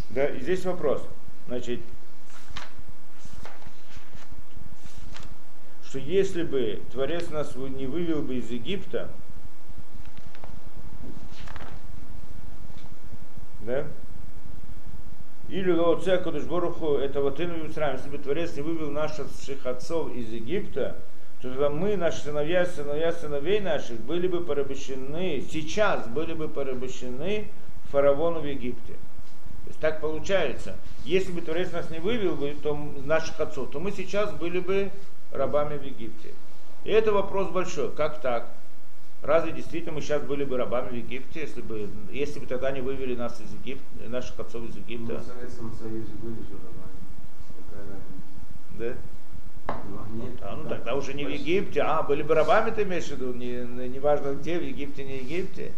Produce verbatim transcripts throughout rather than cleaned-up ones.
Да, и здесь вопрос. Значит, что если бы Творец нас не вывел бы из Египта, да, или Лооце Кудышборуху, это вот Ину Мицраим, если бы Творец не вывел наших отцов из Египта, то тогда мы, наши сыновья, сыновья сыновей наших, были бы порабощены, сейчас были бы порабощены фараону в Египте. То есть так получается. Если бы Творец нас не вывел бы, то наших отцов, то мы сейчас были бы рабами в Египте. И это вопрос большой. Как так? Разве действительно мы сейчас были бы рабами в Египте, если бы, если бы тогда не вывели нас из Египта, наших отцов из Египта? Мы в Советском Союзе были же рабами. Какая разница? Да? Нет, А, ну да. тогда уже не в Египте. А, были бы рабами, ты имеешь в виду? Не, не важно где, в Египте, не в Египте.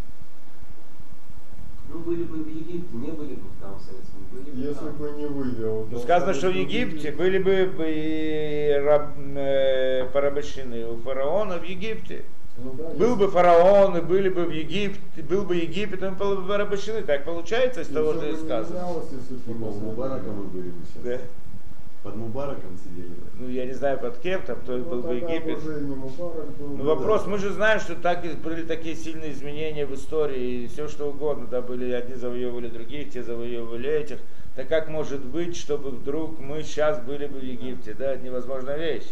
Ну, были бы в Египте, не были бы там в Советском. Были бы Если там. бы не вывел. Ну, сказано, что в Египте были бы, бы раб, э, порабощены у фараона в Египте. Ну, да, Был если- бы фараон, и были бы в Египте, был бы Египет, он был бы порабощены. Так получается из если того, бы что не сказано. менялось, если бы Типа не у Мубарака мы были бы сейчас. Да? Под Мубараком сидели. Ну, я не знаю под кем там, кто Ну, был бы тогда Египет. уже не Мубарак был. Ну, бы. вопрос, мы же знаем, что так и были такие сильные изменения в истории, и все что угодно, да, были, одни завоевывали других, те завоевывали этих. Так как может быть, чтобы вдруг мы сейчас были бы в Египте, да, это невозможная вещь.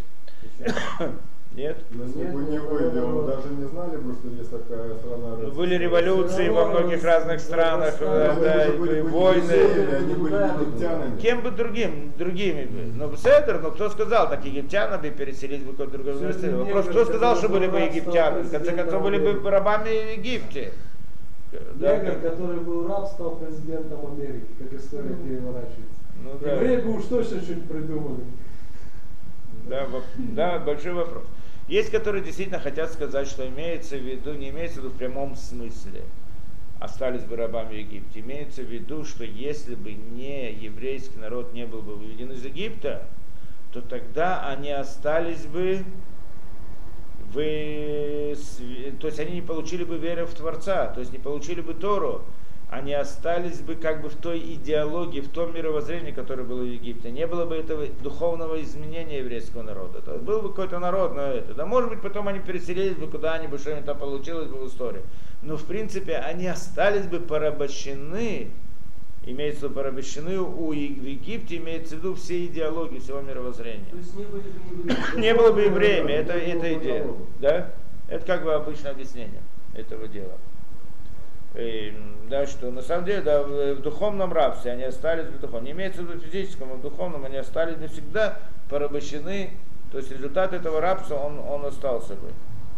Нет? Если Нет, бы не ну, вывел, ну, даже не знали бы, что есть такая страна. Ну, Россия. были революции во многих разных странах, да, да, и были бы войны. египтяне, они были египтянами. Кем бы другим, другими бы. Ну, Седер, но кто сказал, так египтяне бы переселились в какой-то другой Все университет. это Вопрос, негр, кто сказал, что который были бы был раб, египтяне? В стал конце концов, были бы президентом рабами в Египте. Да, Негр, как- который был раб, стал президентом Америки, как история переворачивается. ну, да. Евреи бы уж точно что-нибудь придумали. Да, во- да, большой вопрос. Есть, которые действительно хотят сказать, что имеется в виду, не имеется в виду в прямом смысле, остались бы рабами в Египте. Имеется в виду, что если бы не еврейский народ не был бы выведен из Египта, то тогда они остались бы в, то есть они не получили бы веру в Творца, то есть не получили бы Тору, они остались бы как бы в той идеологии, в том мировоззрении, которое было в Египте. Не было бы этого духовного изменения еврейского народа. Это был бы какой-то народ на это. Да, может быть, потом они переселились бы куда-нибудь, что-нибудь там получилось бы в истории. Но, в принципе, они остались бы порабощены, имеется в виду порабощены у, в Египте, имеется в виду все идеологии, всего мировоззрения. То есть не были бы евреи. Не было бы евреями, это, это идея. Да? Это как бы обычное объяснение этого дела. И, да, что на самом деле, да, в, в духовном рабстве они остались в духовном. Не имеется в виду физическом, а в духовном они остались навсегда порабощены. То есть результат этого рабства, он, он остался бы.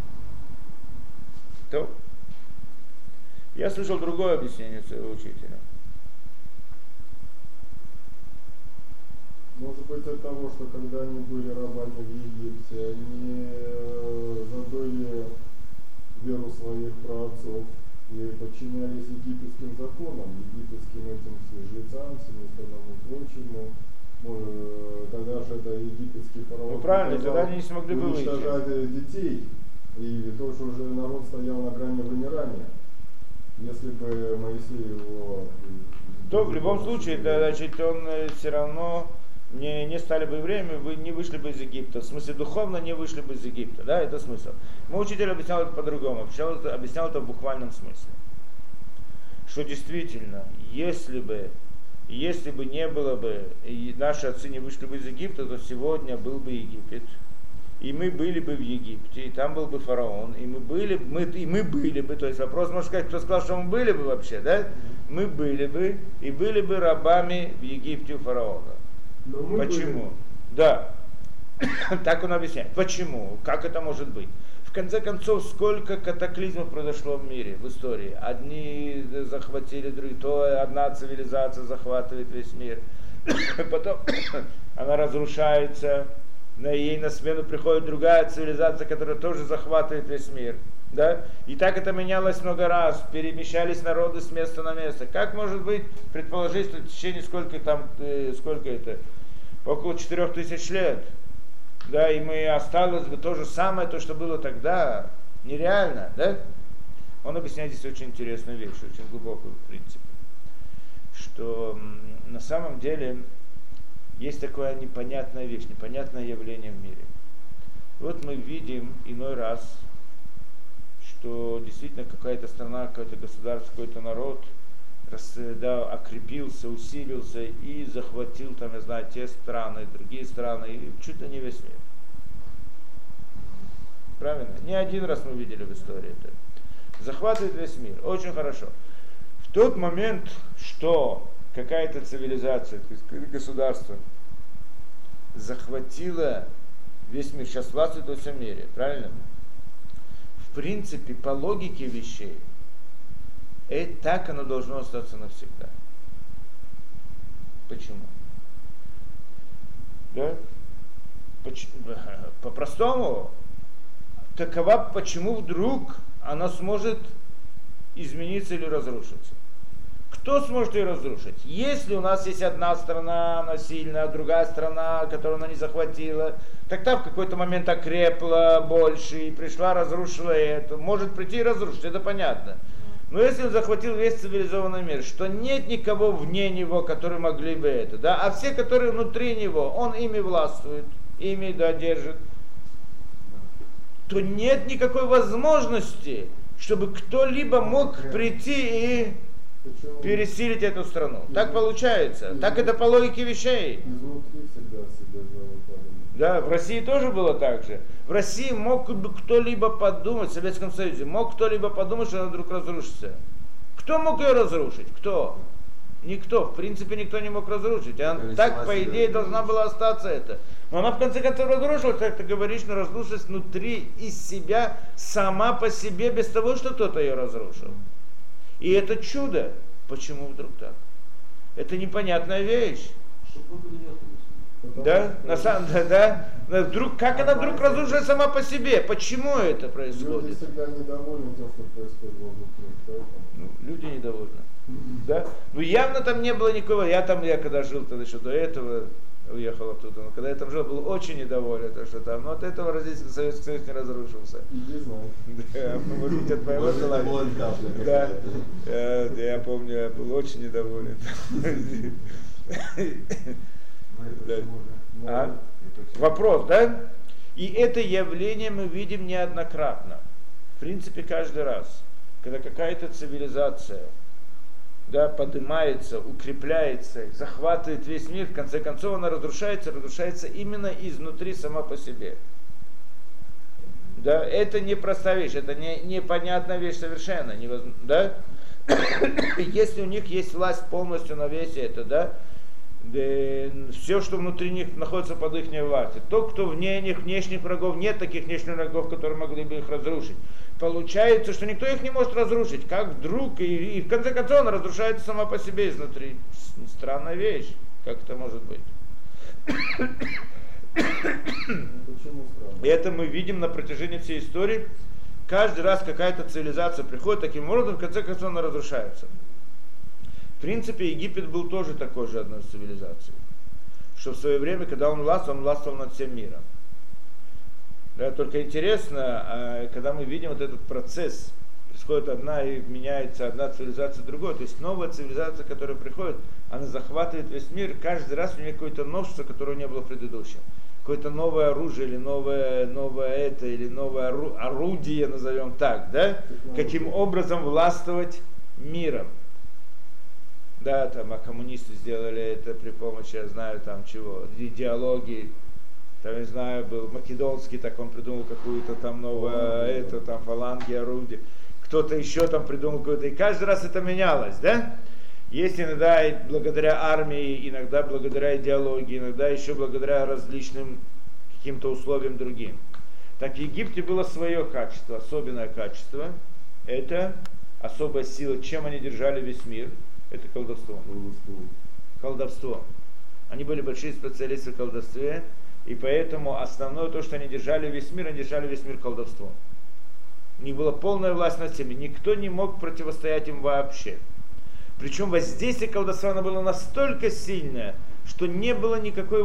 То. Я слышал другое объяснение своего учителя. Может быть от того, что когда они были рабами в Египте, они э, забыли веру своих праотцов и подчинялись египетским законам, египетским этим жрецам, всему остальному прочему. Э, Тогда же это египетский фараон. Ну правильно, приказал тогда они не смогли бы выйти. уничтожать детей, и то, что уже народ стоял на грани вымирания. Если бы Моисей его... То в любом случае, да, значит, он все равно не, не стали бы евреями, вы не вышли бы из Египта. В смысле, духовно не вышли бы из Египта. Да, это смысл. Мой учитель объяснял это по-другому, объяснял это, объяснял это в буквальном смысле. Что действительно, если бы, если бы не было бы, и наши отцы не вышли бы из Египта, то сегодня был бы Египет. И мы были бы в Египте, и там был бы фараон, и мы были, мы, и мы были бы, то есть вопрос, можно сказать, кто сказал, что мы были бы вообще, да? Мы были бы, и были бы рабами в Египте у фараона. Но мы Почему? были. Да. Так он объясняет. Почему? Как это может быть? В конце концов, сколько катаклизмов произошло в мире, в истории. Одни захватили другие, то одна цивилизация захватывает весь мир. Потом она разрушается, на ей на смену приходит другая цивилизация, которая тоже захватывает весь мир. Да? И так это менялось много раз, перемещались народы с места на место. Как может быть, предположить, что в течение сколько там, э, сколько это, около четырех тысяч лет, да, и мы осталось бы то же самое, то, что было тогда, нереально, да? Он объясняет здесь очень интересную вещь, очень глубокую в принципе. что м, на самом деле есть такая непонятная вещь, непонятное явление в мире. Вот мы видим иной раз, что действительно какая-то страна, какое-то государство, какой-то народ рас, да, окрепился, усилился и захватил, там, я знаю, те страны, другие страны, и чуть ли не весь мир. Правильно? Не один раз мы видели в истории это. Захватывает весь мир. Очень хорошо. В тот момент, что какая-то цивилизация, то есть государство захватило весь мир, сейчас властвует во всем мире, правильно? В принципе, по логике вещей, и так оно должно остаться навсегда. Почему? Да? По-простому, такова, почему вдруг она сможет измениться или разрушиться. Кто сможет ее разрушить? Если у нас есть одна страна, она сильная, другая страна, которую она не захватила, так та в какой-то момент окрепла больше и пришла, разрушила это. Может прийти и разрушить, это понятно. Но если он захватил весь цивилизованный мир, что нет никого вне него, которые могли бы это, да, а все, которые внутри него, он ими властвует, ими, да, держит, то нет никакой возможности, чтобы кто-либо мог прийти и Почему? пересилить эту страну. Изнутри. Так получается. Изнутри. Так это по логике вещей. Изнутри всегда себя завоевали. Да, в России тоже было так же. В России мог бы кто-либо подумать, в Советском Союзе, мог кто-либо подумать, что она вдруг разрушится. Кто мог ее разрушить? Кто? Никто. В принципе, никто не мог разрушить. Она Только так, сама по себя идее, разрушила. должна была остаться это. Но она, в конце концов, разрушилась, как ты говоришь, но разрушилась внутри из себя, сама по себе, без того, что кто-то ее разрушил. И это чудо. Почему вдруг так? Это непонятная вещь. Чтобы он был Потому Да, что на самом деле, да. Вдруг, как она вдруг разрушилась сама по себе? Почему это Люди происходит? всегда недовольны тем, что происходит вокруг них, поэтому. Ну, люди недовольны. Да? Ну явно там не было никакого. Я там, я когда жил тогда еще до этого, уехал оттуда, но когда я там жил, был очень недоволен, то, что там, но от этого Российский Советский Союз не разрушился. Иди знай. Да, может быть, от моего Может, это желания. была капля Да, какая-то. Э, да, я помню, я был очень недоволен. Да. А? Вопрос, да? И это явление мы видим неоднократно. В принципе, каждый раз, когда какая-то цивилизация, да, поднимается, укрепляется, захватывает весь мир, в конце концов она разрушается, разрушается именно изнутри сама по себе. Да, это не простая вещь, это не, непонятная вещь совершенно. Невозможно, да? Если у них есть власть полностью на весь это, да, все, что внутри них находится под их властью. То, кто вне них, внешних врагов, нет таких внешних врагов, которые могли бы их разрушить. Получается, что никто их не может разрушить. Как вдруг, и, и в конце концов она разрушается сама по себе изнутри. Странная вещь. Как это может быть? Почему странно? И это мы видим на протяжении всей истории. Каждый раз какая-то цивилизация приходит таким образом, в конце концов она разрушается. В принципе, Египет был тоже такой же одной из цивилизаций. Что в свое время, когда он властвовал, он властвовал над всем миром. Да, только интересно, когда мы видим вот этот процесс, происходит одна и меняется одна цивилизация другой, то есть новая цивилизация, которая приходит, она захватывает весь мир, каждый раз у нее какое-то новшество, которого не было в предыдущем. Какое-то новое оружие, или новое, новое это, или новое ору, орудие, назовем так, да? Каким образом властвовать миром. Да, там, а коммунисты сделали это при помощи, я знаю, там чего, идеологии. Там, не знаю, был Македонский, так он придумал какую-то там новую, это, там, фаланги, орудие. Кто-то еще там придумал какое-то, и каждый раз это менялось, да? Есть иногда и благодаря армии, иногда благодаря идеологии, иногда еще благодаря различным каким-то условиям другим. Так в Египте было свое качество, особенное качество. Это особая сила, чем они держали весь мир. Это колдовство. Колдовство. Они были большие специалисты в колдовстве, и поэтому основное то, что они держали весь мир, они держали весь мир колдовством. У них была полная власть над всеми, никто не мог противостоять им вообще. Причем воздействие колдовства оно было настолько сильное, что не было никакой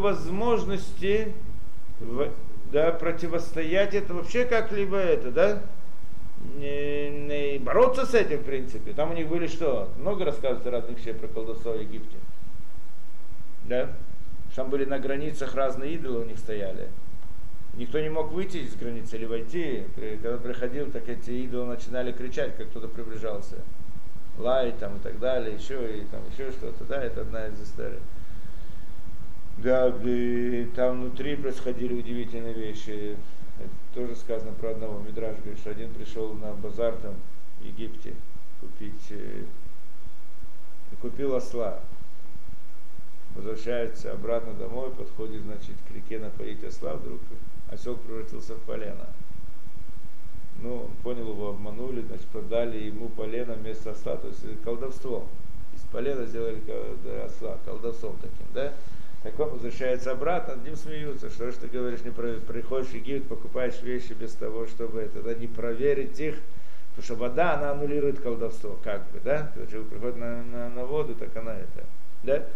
возможности в, да, противостоять это вообще как-либо это, да? не, не бороться с этим, в принципе. Там у них были что? Много рассказывается разных вещей про колдовство в Египте. Да? Там были на границах разные идолы у них стояли. Никто не мог выйти из границы или войти. Когда приходил, так эти идолы начинали кричать, как кто-то приближался. Лай там и так далее, еще и там еще что-то. Да, это одна из историй. Да, и там внутри происходили удивительные вещи. Это тоже сказано про одного. Мидраш говорит, что один пришел на базар там в Египте купить, и купил осла. Возвращается обратно домой, подходит, значит, к реке напоить осла, вдруг осел превратился в полено. Ну, он понял, его обманули, значит, продали ему полено вместо осла, то есть колдовство. Из полена сделали осла, колдовством таким, да? Так он возвращается обратно, над ним смеются, что ж ты говоришь, не про... приходишь в Египет, покупаешь вещи без того, чтобы это, да, не проверить их, потому что вода, она аннулирует колдовство, как бы, да? Когда человек приходит на, на, на воду, так она это, да?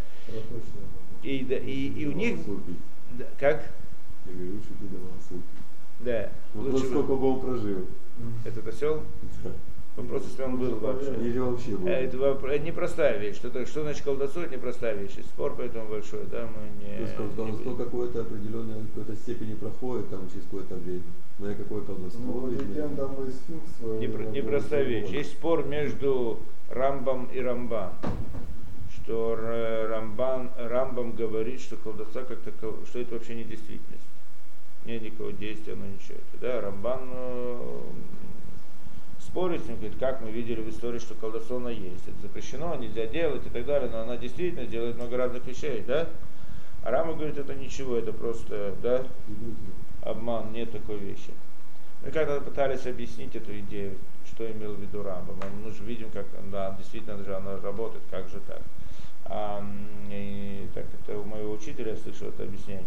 И, да, и, и у них, да, как? Я говорю, лучше ты давал суп. Да. Вот Лучше сколько бы он прожил. Этот осел? Да. Вопрос, если он был вообще. Или вообще был. Это, это непростая вещь. Что, что значит колдовство, это непростая вещь. И спор поэтому большой, да, мы не... То есть колдовство какое-то определенное, в какой-то степени проходит там через какое-то время. Но и какое колдовство? Ну, легендам и сфинкс. Непро, непростая вещь. Есть спор между Рамбам и Рамбан. Что Рамбан, Рамбам говорит, что колдовство как таково, что это вообще не действительность. Нет никакого действия, оно ничего. Да, Рамбан э, спорит с ним, говорит, как мы видели в истории, что колдовство оно есть. Это запрещено, нельзя делать и так далее, но она действительно делает много разных вещей, да? А Рама говорит, это ничего, это просто, да, обман, нет такой вещи. Мы когда пытались объяснить эту идею, что имел в виду Рамбам, мы же видим, как да, действительно же она работает, как же так. А, и, так это у моего учителя я слышал это объяснение.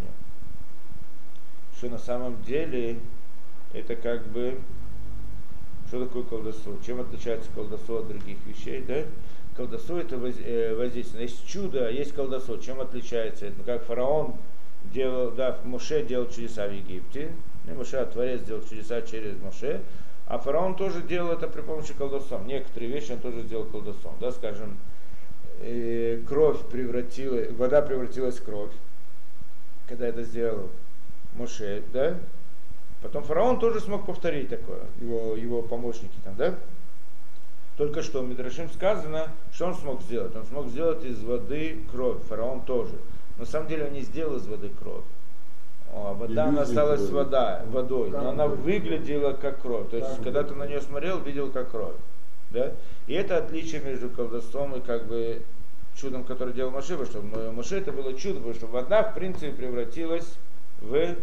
Что на самом деле это как бы, что такое колдовство? Чем отличается колдовство от других вещей? Да? Колдовство это воздействие. Есть чудо, есть колдовство. Чем отличается это? Ну, как фараон делал, да, Моше делал чудеса в Египте, и Моше, Творец делал чудеса через Моше, а фараон тоже делал это при помощи колдовства. Некоторые вещи он тоже сделал колдовством. Да, скажем, э, кровь превратилась, вода превратилась в кровь, когда это сделал Моше, да? Потом фараон тоже смог повторить такое, его, его помощники там, да? Только что в Мидрашим сказано, что он смог сделать. Он смог сделать из воды кровь, фараон тоже. Но на самом деле он не сделал из воды кровь. А вода, она осталась вода, водой, но она выглядела как кровь. То есть, когда ты на нее смотрел, видел как кровь. Да? И это отличие между колдовством и как бы чудом, которое делал Моше, потому что Моше это было чудо, потому что вода, в принципе, превратилась в,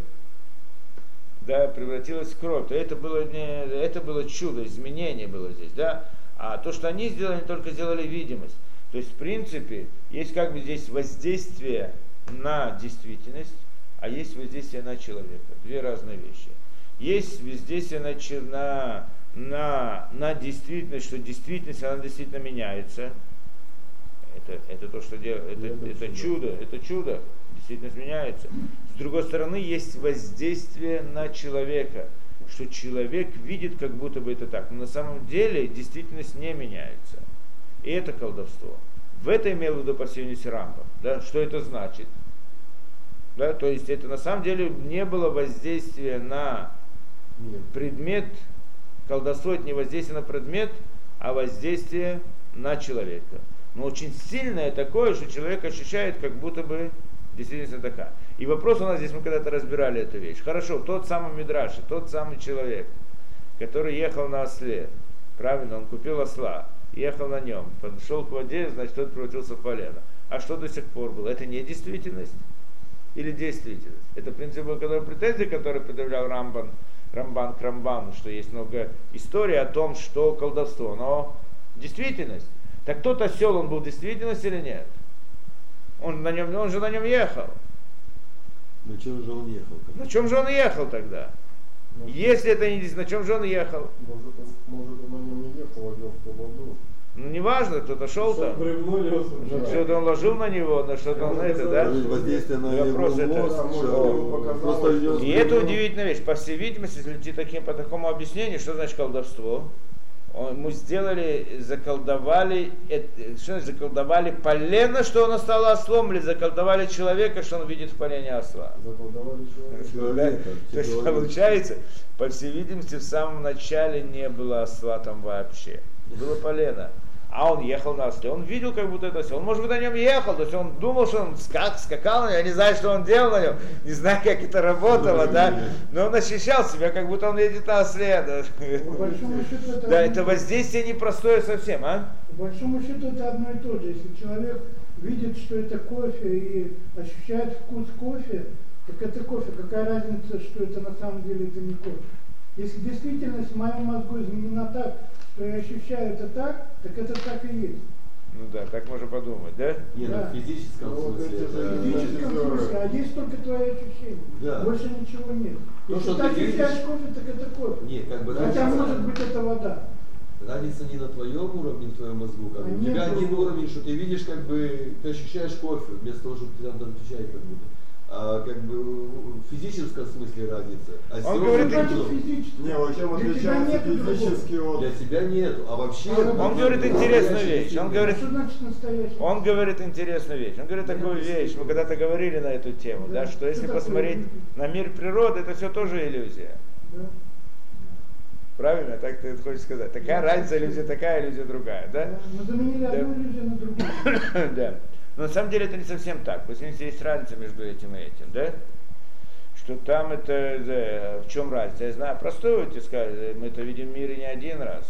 да, превратилась в кровь. То это было, не, это было чудо, изменение было здесь, да. А то, что они сделали, они только сделали видимость. То есть, в принципе, есть как бы здесь воздействие на действительность, а есть воздействие на человека. Две разные вещи. Есть воздействие на, на, на, на действительность, что действительность, она действительно меняется. Это, это то, что делает, это, это, это чудо, это чудо, действительно меняется. С другой стороны, есть воздействие на человека, что человек видит, как будто бы это так. Но на самом деле действительность не меняется. И это колдовство. В это имел в виду по сильности Рамбам. Да? Что это значит? Да? То есть это на самом деле не было воздействия на предмет. Колдовство это не воздействие на предмет, а воздействие на человека. Но очень сильное такое, что человек ощущает, как будто бы действительно такая. И вопрос у нас здесь, мы когда-то разбирали эту вещь. Хорошо, тот самый Мидраш, тот самый человек, который ехал на осле, правильно, он купил осла, ехал на нем, подошел к воде, значит, тот превратился в полено. А что до сих пор было? Это не действительность или действительность? Это, в принципе, была претензия, которую предъявлял Рамбан, Рамбан к Рамбану, что есть много историй о том, что колдовство, но действительность. Так тот осел, он был действительность или нет? Он, на нем, он же на нем ехал. На чем же он ехал? На чем же он ехал тогда? Может, Если это не действительно, на чем же он ехал? Может, он, может, он на нем не ехал, а вел в ту воду. Ну, неважно, кто-то шел там, Бревно нес. ну, что-то он ложил на него, на что-то он это, да? То есть воздействие на его Вопрос это- мозг, Да, может, что ему показалось, просто что- идет- И это удивительная вещь. По всей видимости, если идти таким, по такому объяснению, что значит колдовство? Он, мы сделали, заколдовали, это, что значит заколдовали полено, что оно стало ослом, или заколдовали человека, что он видит в полене осла. Заколдовали человека. Человека, То есть человека. получается, по всей видимости, в самом начале не было осла там вообще. Было полено. А он ехал на осле, он видел, как будто это осел. Он, может быть, на нем ехал, то есть он думал, что он скак, скакал на нем, я не знаю, что он делал на нем, не знаю, как это работало, да, но он ощущал себя, как будто он едет на осле. Да, По большому счету это, да, это воздействие непростое совсем, а? по большому счету это одно и то же. Если человек видит, что это кофе и ощущает вкус кофе, так это кофе. Какая разница, что это на самом деле это не кофе? Если действительность в моем мозгу изменена так, что я ощущаю это так, так это так и есть. Ну да, так можно подумать, да? Не, ну Да. в физическом Ну, вот смысле эти В же это... физическом смысле, а есть только твои ощущения. Да. Больше ничего нет. То, Если что ты ты ощущаешь видишь- кофе, так это кофе. Нет, как бы Хотя разница- может быть это вода. Разница не на твоем уровне, в твоем мозгу, как бы. А У тебя нет один другого. уровень, что ты видишь, как бы, ты ощущаешь кофе, вместо того, чтобы ты там отвечать как будто. А как бы в физическом смысле разница. А Он всё говорит, Что значит равно. физически? Не, вот чем Для тебя отличается нету другого. физически от... Для тебя нету, а вообще... А Он говорит интересную вещь, он говорит, Что значит настоящий? Он говорит интересную вещь. Он говорит такую вещь. Мы когда-то говорили на эту тему, да, Да. что если Что такое посмотреть иллюзия? на мир природы, это все тоже иллюзия. Да. Правильно? Так ты хочешь сказать. Такая Да. разница, иллюзия такая, иллюзия другая, да? Да. Мы заменили Да. одну иллюзию на другую. Да. Но на самом деле это не совсем так. Потому что есть разница между этим и этим, да? Что там это, да, в чем разница? Я знаю, простую тебе сказать, мы это видим в мире не один раз,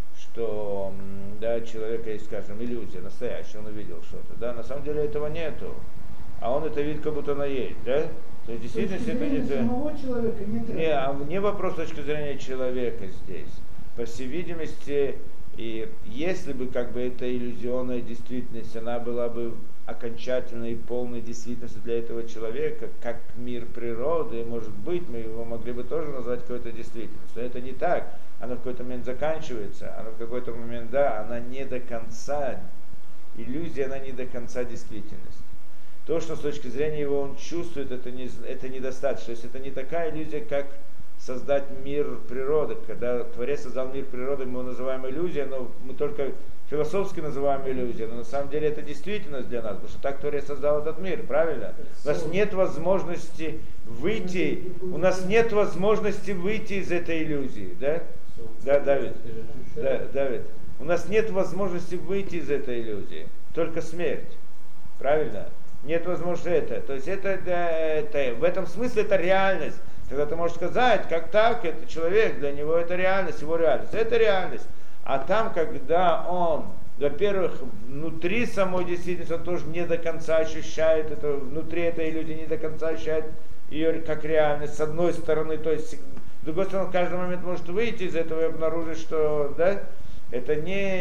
что, м, да, человека есть, скажем, иллюзия настоящая, он увидел что-то, да, на самом деле этого нету, а он это видит, как будто она есть, да? То есть С действительно точки это не... зрения самого человека нет Не, а не вопрос с точки зрения человека здесь. По всей видимости, и если бы как бы эта иллюзионная действительность, она была бы окончательной и полной действительностью для этого человека, как мир природы, может быть, мы его могли бы тоже назвать какой-то действительностью. Но это не так. Она в какой-то момент заканчивается, она в какой-то момент, да, она не до конца, иллюзия, она не до конца действительность. То, что с точки зрения его он чувствует, это, не, это недостаточно. То есть это не такая иллюзия, как создать мир природы. Когда Творец создал мир природы, мы его называем иллюзией, но мы только философски называем иллюзией. Но на самом деле это действительность для нас, потому что так Творец создал этот мир, правильно? У нас нет возможности выйти, у нас нет возможности выйти из этой иллюзии, да? Да, Давид? Да, Давид. У нас нет возможности выйти из этой иллюзии, только смерть, правильно? Нет возможности это. То есть это, да, это, в этом смысле это реальность. Когда ты можешь сказать, как так, это человек, для него это реальность, его реальность. Это реальность. А там, когда он, во-первых, внутри самой действительности, он тоже не до конца ощущает это, внутри этой иллюзии не до конца ощущает ее как реальность, с одной стороны, то есть, с другой стороны, в каждый момент может выйти из этого и обнаружить, что, да, это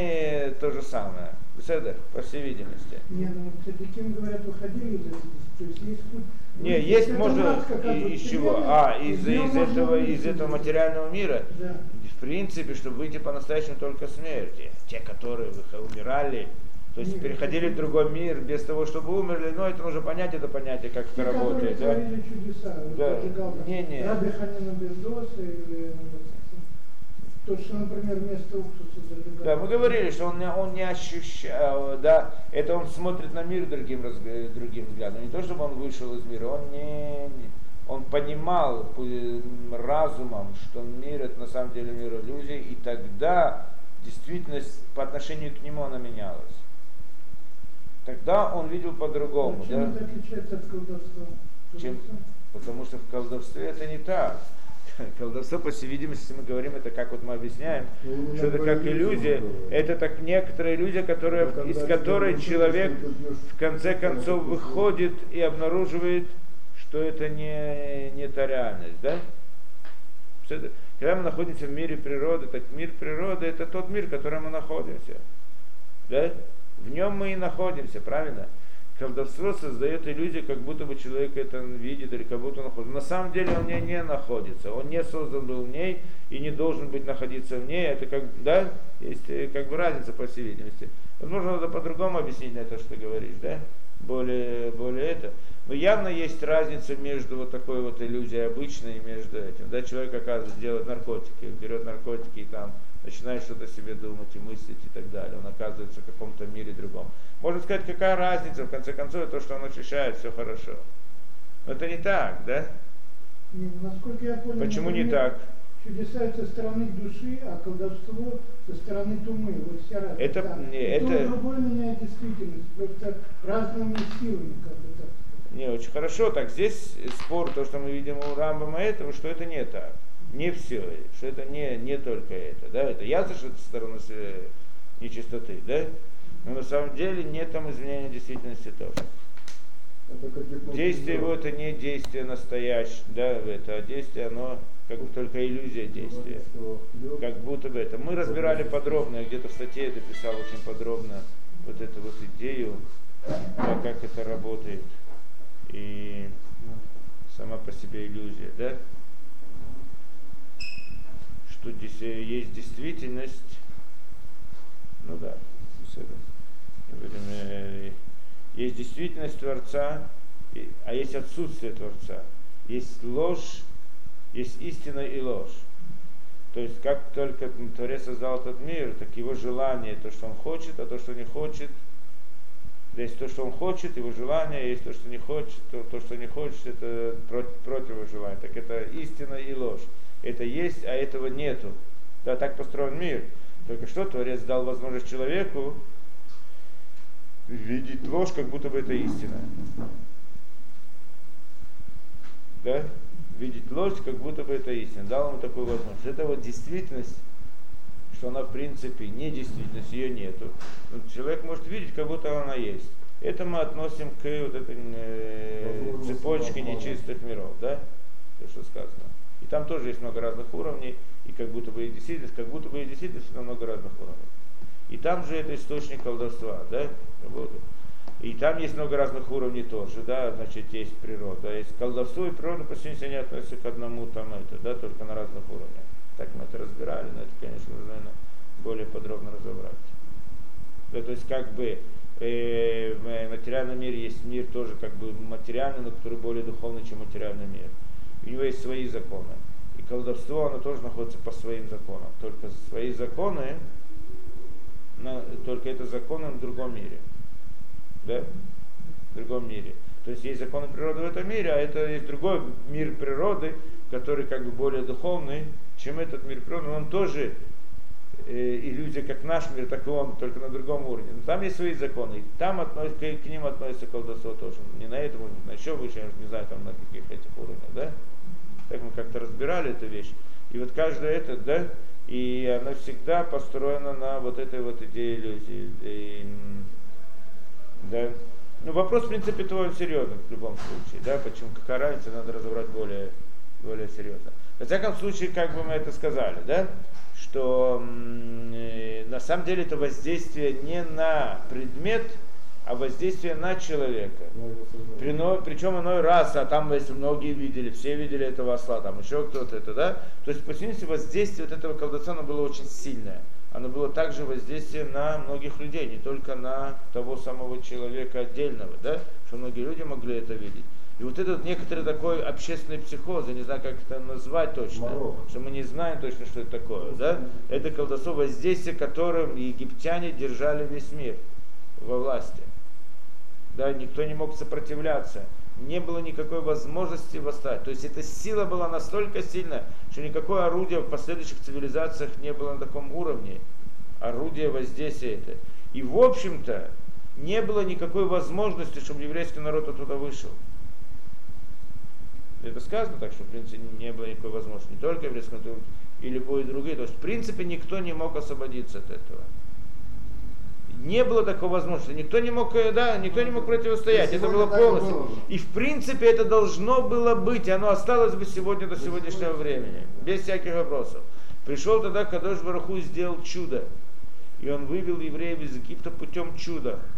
не то же самое. Беседа, по всей видимости. Не, ну цадиким, говорят, выходили из этого. То есть есть путь. Не, Ну, есть это можно нас как раз и- вот из чего? вселенная, А, из, из неё из можно этого, выйти. из этого материального мира. Да. В принципе, чтобы выйти по-настоящему только смерти. Те, которые выхо- умирали, то есть Нет, переходили в другой мир без того, чтобы умерли, но это нужно понять, это понятие, как Те, это работает. которые Да? творили чудеса. Вот Да. зажигал там Не, не. Раби Ханина Бездоса или ну, то, что, например, вместо уксуса зажигал. Да, мы говорили, что он, не- он не ощущал, да, это он смотрит на мир другим, разг- другим взглядом. Не то, чтобы он вышел из мира, он не, не- он понимал п- разумом, что мир это на самом деле мир иллюзий, и тогда действительность по отношению к нему она менялась. Тогда он видел по-другому, А чем да? это отличается от колдовства? Чем? Колдовство? Потому что в колдовстве это не так. Колдовство, по всей видимости, если мы говорим, это как вот мы объясняем, Ну, именно что это про как иллюзию иллюзия, говорю. это так некоторая иллюзия, которая, Это когда из тебя которой внутри человек что-то идёшь в конце в концов сторону, выходит и обнаруживает, что это не, не та реальность, да? Что это? Когда мы находимся в мире природы, так мир природы это тот мир, в котором мы находимся, да? В нем мы и находимся, правильно? колдовство создает иллюзию, как будто бы человек это видит или как будто он находится. На самом деле он в ней не находится, он не создан был в ней и не должен быть находиться в ней. Это как, да, есть как бы разница, по всей видимости. Возможно, надо по-другому объяснить на это, что ты говоришь, да? Более, более это. Но явно есть разница между вот такой вот иллюзией обычной и между этим. Да, человек, оказывается, делает наркотики, берет наркотики и там начинает что-то себе думать и мыслить и так далее. Он оказывается в каком-то мире другом. Можно сказать, какая разница, в конце концов, то, что он ощущает, все хорошо. Но это не так, да? Не, насколько я понял, Почему не например, так? Чудеса со стороны души, а колдовство со стороны тумы. Вот вся разница. Это, Да. не, И это... то и другое меняет действительность, просто разными силами, как бы так сказать. Не, очень хорошо. Так здесь спор, то, что мы видим у Рамбама этого, что это не так. Не все, что это не, не только это. Да? Это ясно, что это со стороны нечистоты, да? Но на самом деле нет там изменения действительности тоже. Это как Действие его это не действие настоящее, да, это, а действие оно как бы только иллюзия действия. Как будто бы это. Мы разбирали подробно, я где-то в статье это писал очень подробно, вот эту вот идею, да, как это работает. И сама по себе иллюзия, да? Что здесь есть действительность, ну да, есть действительность Творца, а есть отсутствие Творца. Есть ложь, есть истина и ложь. То есть как только Творец создал этот мир, так его желание, то, что он хочет, а то, что не хочет. Есть то, что он хочет, его желание, есть то, что не хочет, то, то что не хочет, это против, против его желания. Так это истина и ложь. Это есть, а этого нету. Да, так построен мир. Только что Творец дал возможность человеку видеть ложь, как будто бы это истина. Да? Видеть ложь, как будто бы это истина. Дал ему такую возможность. Это вот действительность, что она в принципе не действительность, ее нету. Но человек может видеть, как будто она есть. Это мы относим к вот этой э, цепочке нечистых миров, да? То, что сказано. И там тоже есть много разных уровней, и как будто бы и действительность, как будто бы и действительность, но много разных уровней. И там же это источник колдовства, да, работает. И там есть много разных уровней тоже, да, значит, есть природа. Есть колдовство и природа, по сути, они относятся к одному там это, да, только на разных уровнях. Так мы это разбирали, но это, конечно, нужно, наверное, более подробно разобрать. Да, то есть, как бы, э, в материальном мире есть мир тоже, как бы, материальный, но который более духовный, чем материальный мир. У него есть свои законы. И колдовство, оно тоже находится по своим законам. Только свои законы, на, только это законы в другом мире. Да? В другом мире. То есть есть законы природы в этом мире, а это есть другой мир природы, который как бы более духовный, чем этот мир природы. Он тоже э, иллюзия, как наш мир, так и он, только на другом уровне. Но там есть свои законы. Там относ, к, к ним относится колдовство тоже. Не на этом, может быть, на еще выше, я не знаю, там на каких этих уровнях, да? Так мы как-то разбирали эту вещь. И вот каждое это, да, и оно всегда построено на вот этой вот идее иллюзии. И, да. Ну, вопрос, в принципе, твой серьезный в любом случае, да, почему, какая разница, надо разобрать более, более серьезно. Во всяком случае, как бы мы это сказали, да, что э, на самом деле это воздействие не на предмет, а воздействие на человека. Прино, причем иной раз, а там, если многие видели, все видели этого осла, там еще кто-то это, да, то есть, по сути, воздействие вот этого колдовства, оно было очень сильное. Оно было также воздействие на многих людей, не только на того самого человека отдельного, да, что многие люди могли это видеть. И вот этот некоторый такой общественный психоз, я не знаю, как это назвать точно, Мороз. Что мы не знаем точно, что это такое, да, это колдовство, воздействие, которым египтяне держали весь мир во власти. Да, никто не мог сопротивляться, не было никакой возможности восстать. То есть эта сила была настолько сильна, что никакое орудие в последующих цивилизациях не было на таком уровне. Орудие воздействия это. И в общем-то не было никакой возможности, чтобы еврейский народ оттуда вышел. Это сказано так, что в принципе не было никакой возможности. Не только еврейский народ, и любой другой. То есть в принципе никто не мог освободиться от этого. Не было такой возможности, никто не мог, да, никто не мог противостоять, это было полностью. И в принципе это должно было быть, оно осталось бы сегодня до сегодняшнего времени, без всяких вопросов. Пришел тогда Кадош Барух Ху и сделал чудо, и он вывел евреев из Египта путем чуда.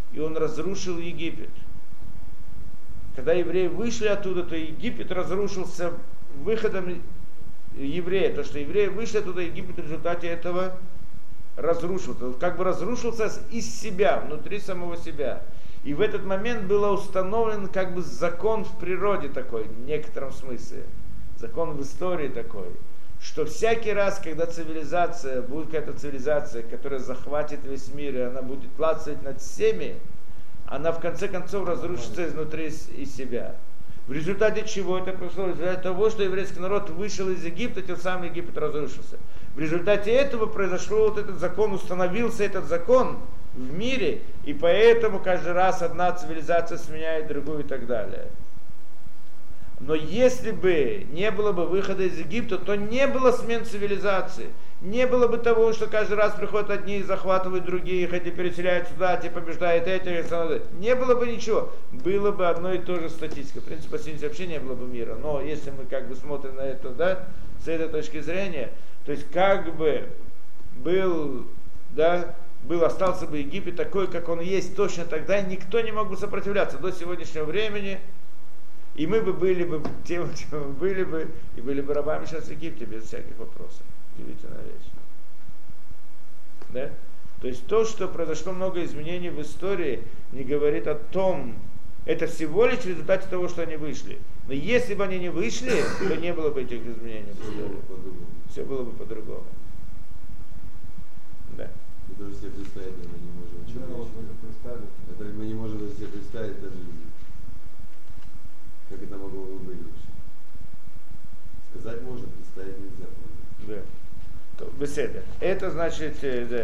и он разрушил Египет. Когда евреи вышли оттуда, то Египет разрушился выходом евреев. То, что евреи вышли оттуда, Египет в результате этого разрушился. Он как бы разрушился из себя, внутри самого себя. И в этот момент был установлен как бы закон в природе такой, в некотором смысле. Закон в истории такой. Что всякий раз, когда цивилизация, будет какая-то цивилизация, которая захватит весь мир, и она будет властвовать над всеми, она в конце концов разрушится изнутри из себя. В результате чего это произошло? В результате того, что еврейский народ вышел из Египта, тем самым Египет разрушился. В результате этого произошел вот этот закон, установился этот закон в мире, и поэтому каждый раз одна цивилизация сменяет другую и так далее. Но если бы не было бы выхода из Египта, то не было смен цивилизации. Не было бы того, что каждый раз приходят одни и захватывают других, эти переселяют сюда, те побеждают этих. Не было бы ничего. Было бы одно и то же статистика. В принципе, вообще не было бы мира. Но если мы как бы смотрим на это, да, с этой точки зрения, то есть как бы был, да, был, остался бы Египет такой, как он есть точно тогда, никто не мог бы сопротивляться до сегодняшнего времени. И мы бы были бы тем, чем мы были бы, и были бы рабами сейчас в Египте без всяких вопросов. Удивительная вещь. Да? То есть то, что произошло много изменений в истории, не говорит о том, это всего лишь в результате того, что они вышли. Но если бы они не вышли, то не было бы этих изменений в истории. Все было бы по-другому. Да. Мы даже себе представить даже не можем. Да, вот мы представить. Это мы не можем даже себе представить даже, как это могло бы быть вообще. Сказать можно, представить нельзя. Да. Беседа. Это значит, да.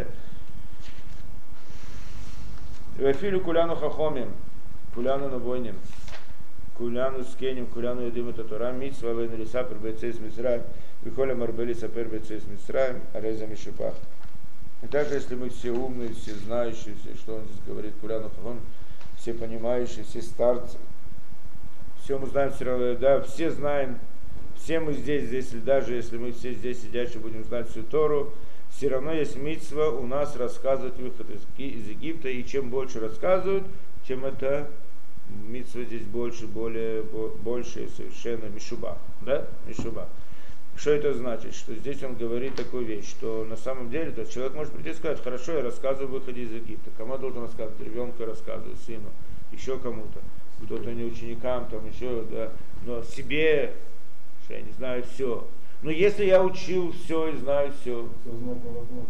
Вафилю куляну хахомим, куляну набойним, куляну скеним, куляну едим это Тора, митсва вейну лисапер бейцейс мисраим, вихоля марбели сапер бейцейс мисраим, ареза мишупах. И также, если мы все умные, все знающие, все, что он здесь говорит, куляну хахомим, все понимающие, все старцы, все мы знаем, все равно, да, все знаем, все мы здесь, здесь, даже если мы все здесь сидящие будем знать всю Тору, все равно есть мицва у нас рассказывать выход из, из Египта, и чем больше рассказывают, тем это мицва здесь больше, более, больше совершенно мишуба, да, мишуба. Что это значит? Что здесь он говорит такую вещь, что на самом деле, то есть человек может прийти и сказать, хорошо, я рассказываю о выходе из Египта, кому я должен рассказывать? Ребенку рассказываю, сыну, еще кому-то, кто-то не ученикам, там еще, да, но себе, что я не знаю все. Но если я учил все и знаю все. Все знать невозможно.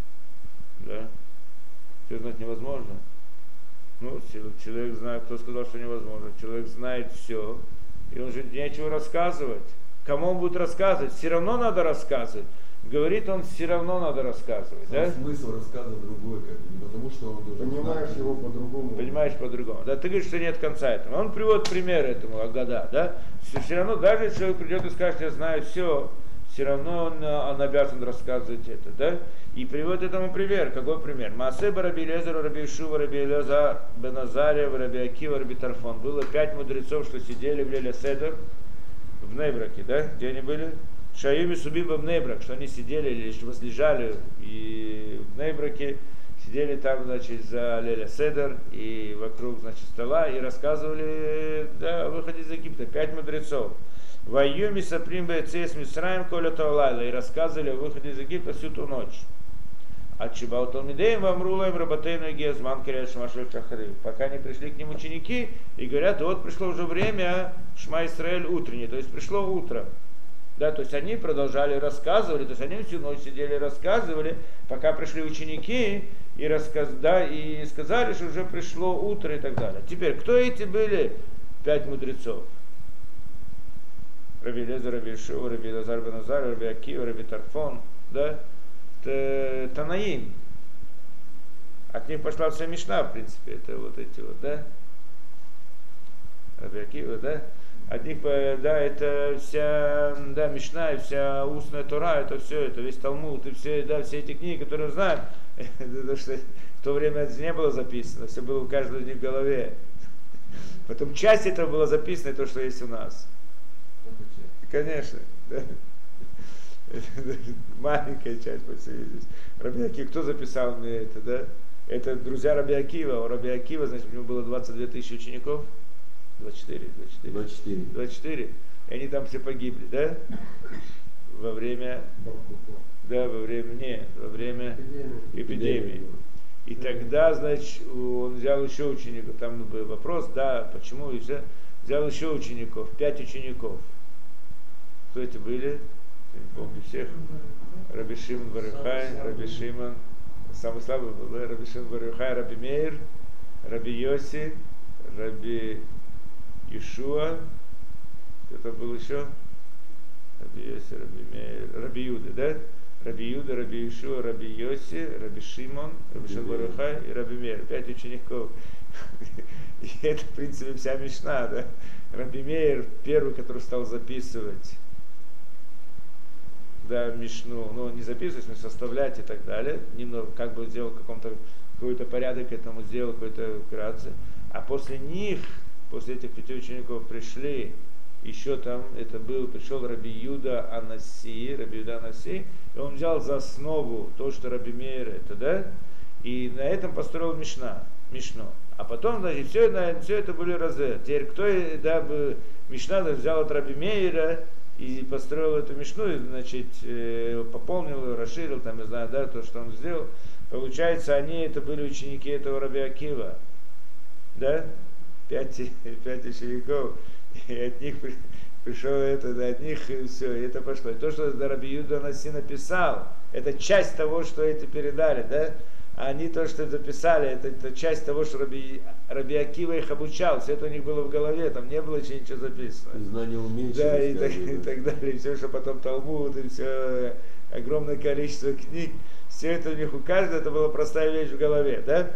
Да? Все знать невозможно. Ну, человек знает, кто сказал, что невозможно. Человек знает все, и он же нечего рассказывать. Кому он будет рассказывать? Все равно надо рассказывать. Говорит он, все равно надо рассказывать. Да? Смысл рассказа другой, как бы, не потому что он должен Понимаешь знать. его по-другому. Понимаешь по-другому. Да, ты говоришь, что нет конца этому. Он приводит пример этому, Агада, да? Все, все равно, даже если человек придет и скажет, я знаю все, все равно он, он обязан рассказывать это, да? И приводит этому пример. Какой пример? Маасе Раби Элиэзер, Раби Ишува, Раби Элиэзер, Бен Азария, Раби Акива, Раби Тарфон. Было пять мудрецов, что сидели в Лейле Седер в Нейбраке, да? Где они были? Шаюми Субиба в Нейбрак, что они сидели или возлежали и в Нейбраке, сидели там, значит, за Леля Седер и вокруг, значит, стола и рассказывали, да, о выходе из Египта. Пять мудрецов. Ваюми Саприм Бейцейс Мисраим Коля Таулайла и рассказывали о выходе из Египта всю ту ночь. А Чибал Талмидеем Вамрулаем Рабатейну Гезман Киряш Машель Шахари. Пока не пришли к ним ученики и говорят, вот пришло уже время Шма Исраэль утренний, то есть пришло утро. Да, то есть они продолжали рассказывали, то есть они всю ночь сидели и рассказывали, пока пришли ученики и, рассказ, да, и сказали, что уже пришло утро и так далее. Теперь, кто эти были пять мудрецов? Раби Элиэзер, Раби Ишува, Раби Элазар бен Азар, Раби Акива, Раби Тарфон, да? Танаим. От них пошла вся Мишна, в принципе, это вот эти вот, да? Раби Акива, да? От них, да, это вся, да, Мишна и вся устная Тора, это все, это весь Талмуд, и все, да, все эти книги, которые мы знаем, потому что в то время это не было записано, все было у каждого из них в голове. Потом часть этого была записана, то, что есть у нас. Конечно, да. Маленькая часть, по всей видимости. Раби Акива, кто записал мне это, да? Это друзья Раби Акива. У Раби Акива, значит, у него было двадцать две тысячи учеников. двадцать четыре, двадцать четыре. двадцать четыре. двадцать четыре. И они там все погибли, да? Во время, да, во время, не, во время эпидемии. И тогда, значит, он взял еще учеников. Там был вопрос, да, почему и все. Взял еще учеников, пять учеников. Кто это были? Я не помню всех. Раби Шимон бар Йохай, Раби Шимон, самый слабый был, да? Раби Шимон бар Йохай, Раби Меир, Раби Йоси, Раби Ишуа. Кто-то был еще? Раби Йоси, Раби Меир, Раби Юда, да? Раби Юда, Раби Ишуа, Раби Йоси, Раби Шимон, Раби Шимон бар Йохай и Раби Меир. Пять учеников. И это, в принципе, вся Мишна, да? Раби Меир, первый, который стал записывать, да, Мишну, ну, не записывать, но составлять и так далее. Немного, как бы сделал каком-то, какой-то порядок этому, сделал какой-то вкратце. А после них, после этих пяти учеников пришли, еще там, это был, пришел Раби Юда Анаси, Раби Юда Анаси, и он взял за основу то, что Раби Меир это, да, и на этом построил Мишна, Мишну. А потом, значит, все, да, все это были разы. Теперь кто, да, бы, Мишна взял от Раби Меира и построил эту Мишну, и, значит, пополнил ее, расширил, там, я знаю, да, то, что он сделал. Получается, они, это были ученики этого Раби Акива, да, пять, пять учеников, и от них пришел это, да, от них и все, и это пошло. И то, что Раби Юда Анаси написал, это часть того, что эти передали, да, а они то, что записали, это, это часть того, что Раби, Раби Акива их обучал, все это у них было в голове, там не было еще ничего записано. Знания уменьшились. Да, и так, и так далее, и все, что потом Талмуд, и все, огромное количество книг, все это у них, у каждого это была простая вещь в голове, да?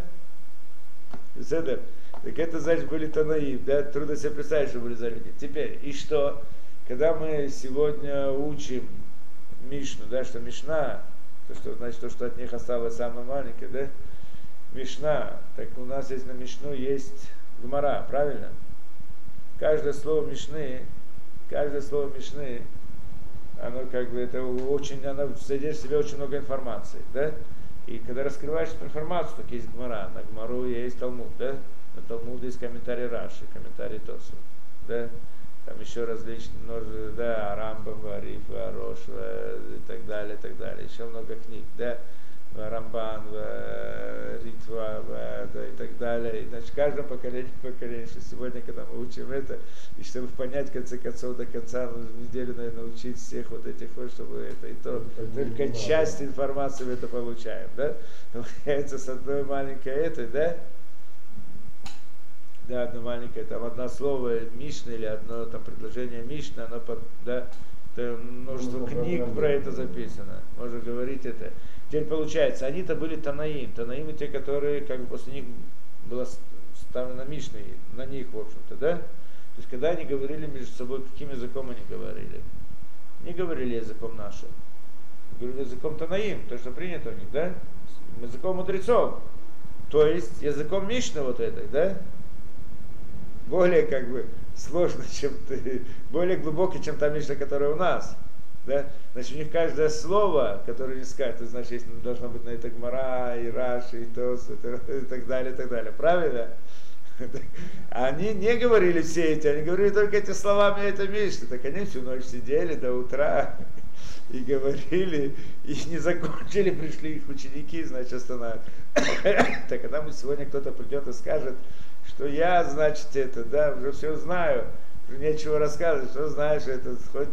Это, так это, значит, были Танаим, да, трудно себе представить, что были за люди. Теперь, и что, когда мы сегодня учим Мишну, да, что Мишна, то, что, значит, то, что от них осталось самое маленькое, да, Мишна, так у нас есть на Мишну есть Гмара, правильно? Каждое слово Мишны, каждое слово Мишны, оно как бы, это очень, оно содержит в себе очень много информации, да? И когда раскрываешь эту информацию, так есть Гмара, на Гмару есть Талмуд, да? На Талмуде есть комментарий Раши, комментарий Тосу, да? Там еще различные, да, Рамбам, Ариф, Арош, и так далее, и так далее. Еще много книг, да, Рамбан, Ритва, да, и так далее. И, значит, в каждом поколении, поколении, что сегодня, когда мы учим это, и чтобы понять, в конце концов, до конца, нужно неделю, наверное, учить всех вот этих вот, чтобы это, и то, только часть информации мы это получаем, да. Получается, с одной маленькой этой, да, да, одно маленькое, там одно слово Мишна или одно там предложение Мишна, оно под, да, множество ну, книг про это записано, можно говорить это. Теперь получается, они-то были Танаим, Танаимы те, которые как бы после них было ставлено Мишна, на них, в общем-то, да? То есть, когда они говорили между собой, каким языком они говорили? Не говорили языком нашим, говорили языком Танаим, то, что принято у них, да? Языком мудрецов, то есть языком Мишны вот этой, да? Более как бы сложно, чем ты, более глубокий, чем та Мишна, которая у нас. Да? Значит, у них каждое слово, которое не скажет, значит, должно быть на это Гмара, и Раши, и Тос, и так далее, и так далее. Правильно? Они не говорили все эти, они говорили только эти словами это Мишна. Так они всю ночь сидели до утра и говорили, и не закончили, пришли их ученики, значит, останавливают. Так, когда мы сегодня кто-то придет и скажет, что я, значит, это, да, уже все знаю, уже нечего рассказывать, что знаешь, это хоть,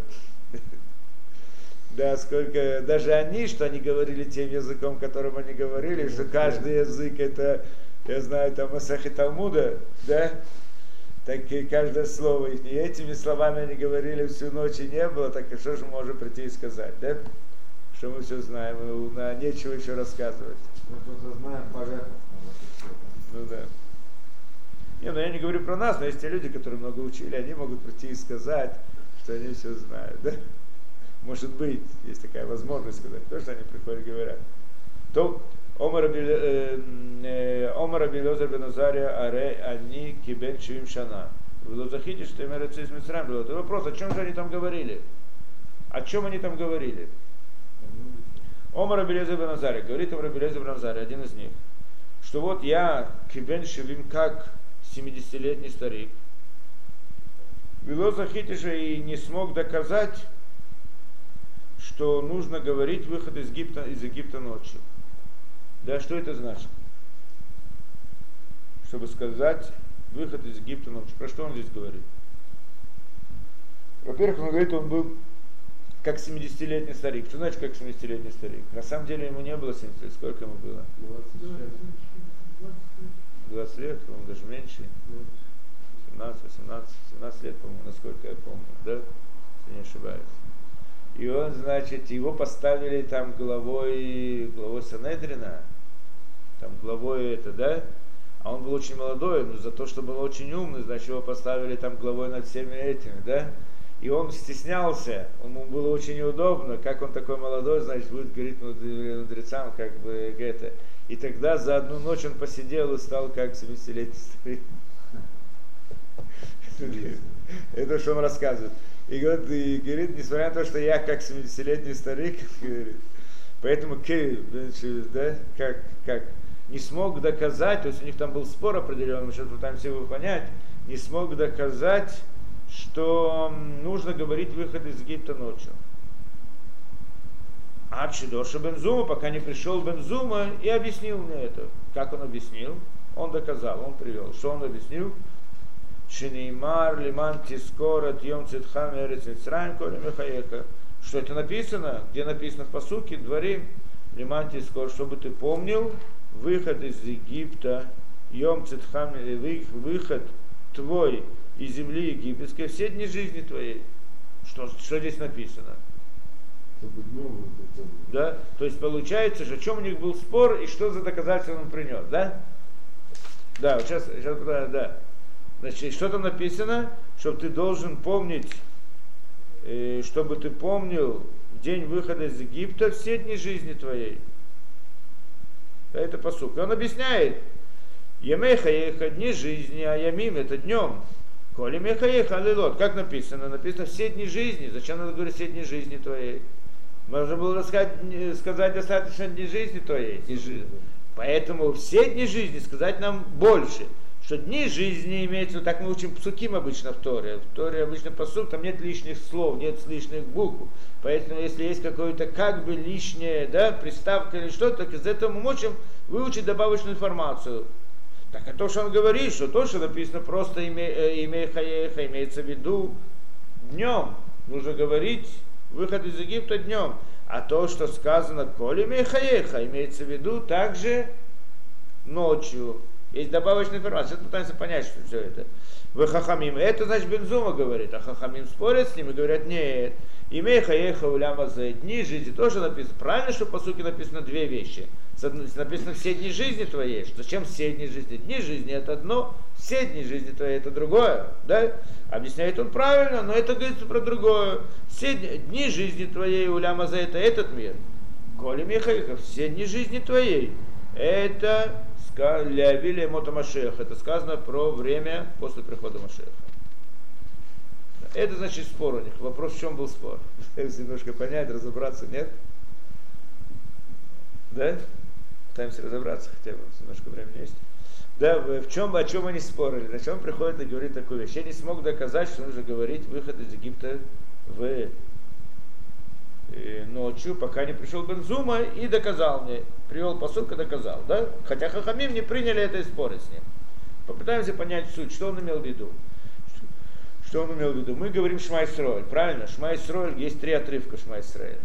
да, сколько, даже они, что они говорили тем языком, которым они говорили, что каждый язык это, я знаю, там, Масахи Талмуда, да, так и каждое слово их, и этими словами они говорили всю ночь и не было, так и что же мы можем прийти и сказать, да, что мы все знаем, и на нечего еще рассказывать. Мы просто знаем поверхностно. Ну да. Не, ну я не говорю про нас, но есть те люди, которые много учили, они могут прийти и сказать, что они все знают, да? Может быть, есть такая возможность сказать, то, что они приходят и говорят. То Омар Абилозар бен Азария аре они кибен чуим шана. Вы захидите, что им реци из Мицраим было. Это вопрос, о чем же они там говорили? О чем они там говорили? Омар Абилозар бен Азария, говорит Омар Абилозар бен Азария, один из них, что вот я кибен шевим как семидесятилетний старик, Вело захитиша и не смог доказать, что нужно говорить выход из Египта, из Египта ночью. Да, что это значит? Чтобы сказать выход из Египта ночью. Про что он здесь говорит? Во-первых, он говорит, он был как семидесятилетний старик. Что значит как семидесятилетний старик? На самом деле ему не было семидесяти лет. Сколько ему было? двадцать лет, по-моему, даже меньше. семнадцать, восемнадцать, семнадцать лет, по-моему, насколько я помню, да? Если не ошибаюсь. И он, значит, его поставили там главой, главой Санедрина, там главой это, да? А он был очень молодой, но за то, что был очень умный, значит, его поставили там главой над всеми этими, да? И он стеснялся, ему было очень неудобно, как он такой молодой, значит, будет говорить мудрецам, как бы это. И тогда за одну ночь он посидел и стал как семидесятилетний старик. Это что он рассказывает. И говорит, и говорит, несмотря на то, что я как семидесятилетний старик, говорит, поэтому да, как, как не смог доказать, то есть у них там был спор определенный, мы сейчас пытаемся его понять, не смог доказать, что нужно говорить выход из Египта ночью. А Чидоша Бензума, пока не пришел Бензума и объяснил мне это. Как он объяснил? Он доказал, он привел. Что он объяснил? Шинеймар лиман тискор от йом цитхам эрец мицраим коли мехаеха. Что это написано? Где написано в пасуке? Дворим лиман тискор, чтобы ты помнил выход из Египта, йом цитхам, выход твой из земли египетской, все дни жизни твоей. Что, что здесь написано? Чтобы днем это помнить. Да? То есть получается, что о чем у них был спор и что за доказательство он принес, да? Да, вот сейчас, сейчас да. Значит, что там написано? Чтобы ты должен помнить, э, чтобы ты помнил день выхода из Египта все дни жизни твоей. Да, это пасук. И он объясняет, Ямеха еха дни жизни, а ямим это днем. Коли меха еха алилот. Как написано? Написано все дни жизни. Зачем надо говорить все дни жизни твоей? Можно было сказать, сказать достаточно дни жизни твоей. Дни жизни. Поэтому все дни жизни сказать нам больше. Что дни жизни имеется, так мы учим псуким обычно в Торе. В Торе обычно пасук, там нет лишних слов, нет лишних букв. Поэтому если есть какое-то как бы лишнее, да, приставка или что-то, так из этого мы можем выучить добавочную информацию. Так а то, что он говорит, что то, что написано просто имей, имей хаеха, имеется в виду днем. Нужно говорить выход из Египта днем. А то, что сказано коли имей хаеха, имеется в виду также ночью. Есть добавочная информация. Сейчас пытаемся понять, что все это. Вы хахамим. Это значит Бензума говорит, а хахамим спорят с ним и говорят, нет. Имей хаеха уляма за дни жизни. Тоже написано. Правильно, что по сути написано две вещи. Написано все дни жизни твоей. Зачем все дни жизни? Дни жизни это одно, все дни жизни твоей это другое. Да? Объясняет он правильно, но это говорится про другое. Все дни жизни твоей уляма за это этот мир. Коли михаиха, все дни жизни твоей. Это Лявили Мота Машеха. Это сказано про время после прихода Машеха. Это значит спор у них. Вопрос, в чем был спор? Пытаемся немножко понять, разобраться, нет? Да? Пытаемся разобраться хотя бы, немножко времени есть. Да, в чем, о чем они спорили? На чем приходит и говорит такую вещь? Я не смог доказать, что нужно говорить выход из Египта в ночью, пока не пришел Бензума и доказал мне, привел пасук и доказал, да? Хотя хахамим не приняли это и спорить с ним. Попытаемся понять суть, что он имел в виду. Что он имел в виду? Мы говорим Шма Исроэль, правильно? Шма Исроэль, есть три отрывка Шма Исроэль.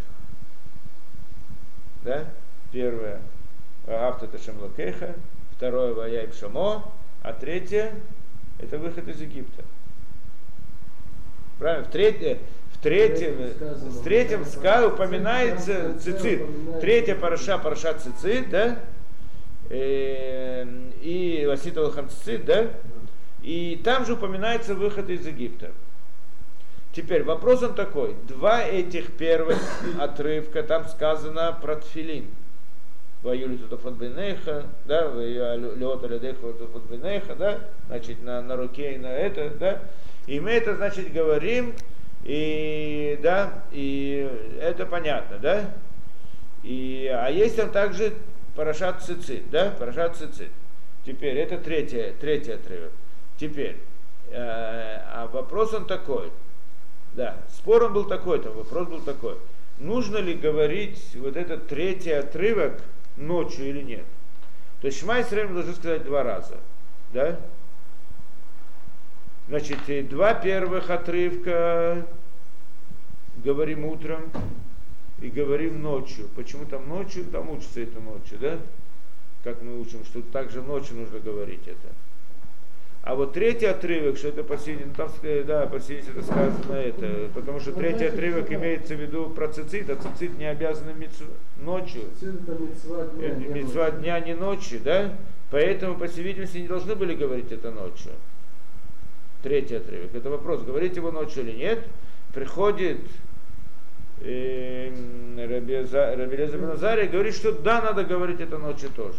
Да? Первое, Авто Ташем Лакеха, второе, Ваяй Шамо, а третье, это выход из Египта. Правильно? В третье, в третьем, в третьем ска упоминается цицит. Третья параша, параша цицит, да? И Ласит Алхам цицит, да? И там же упоминается выход из Египта. Теперь вопрос он такой. Два этих первых отрывка, там сказано про тфилин. Ваюли тутафот бенеха, да, леота ледеха тутафот бенеха, да, значит, на, на руке и на это, да. И мы это, значит, говорим, и, да, и это понятно, да. И, а есть там также Парашат Цицит, да? Парашат Цицит. Теперь, это третий, третий отрывок. Теперь, э, а вопрос он такой. Да, спор он был такой, там вопрос был такой. Нужно ли говорить вот этот третий отрывок ночью или нет? То есть Шма Исраэль мы должны сказать два раза. Да? Значит, два первых отрывка говорим утром и говорим ночью. Почему там ночью? Там учится это ночью, да? Как мы учим, что также ночью нужно говорить это. А вот третий отрывок, что это посередине, ну там, да, посередине это сказано это, потому что третий отрывок имеется в виду про цицит, а цицит не обязан митцва ночью. Митцва дня, не ночью, да? Поэтому, по всей видимости, не должны были говорить это ночью. Третий отрывок. Это вопрос, говорить его ночью или нет. Приходит э, Раби Элиэзер бен Азария и говорит, что да, надо говорить это ночью тоже.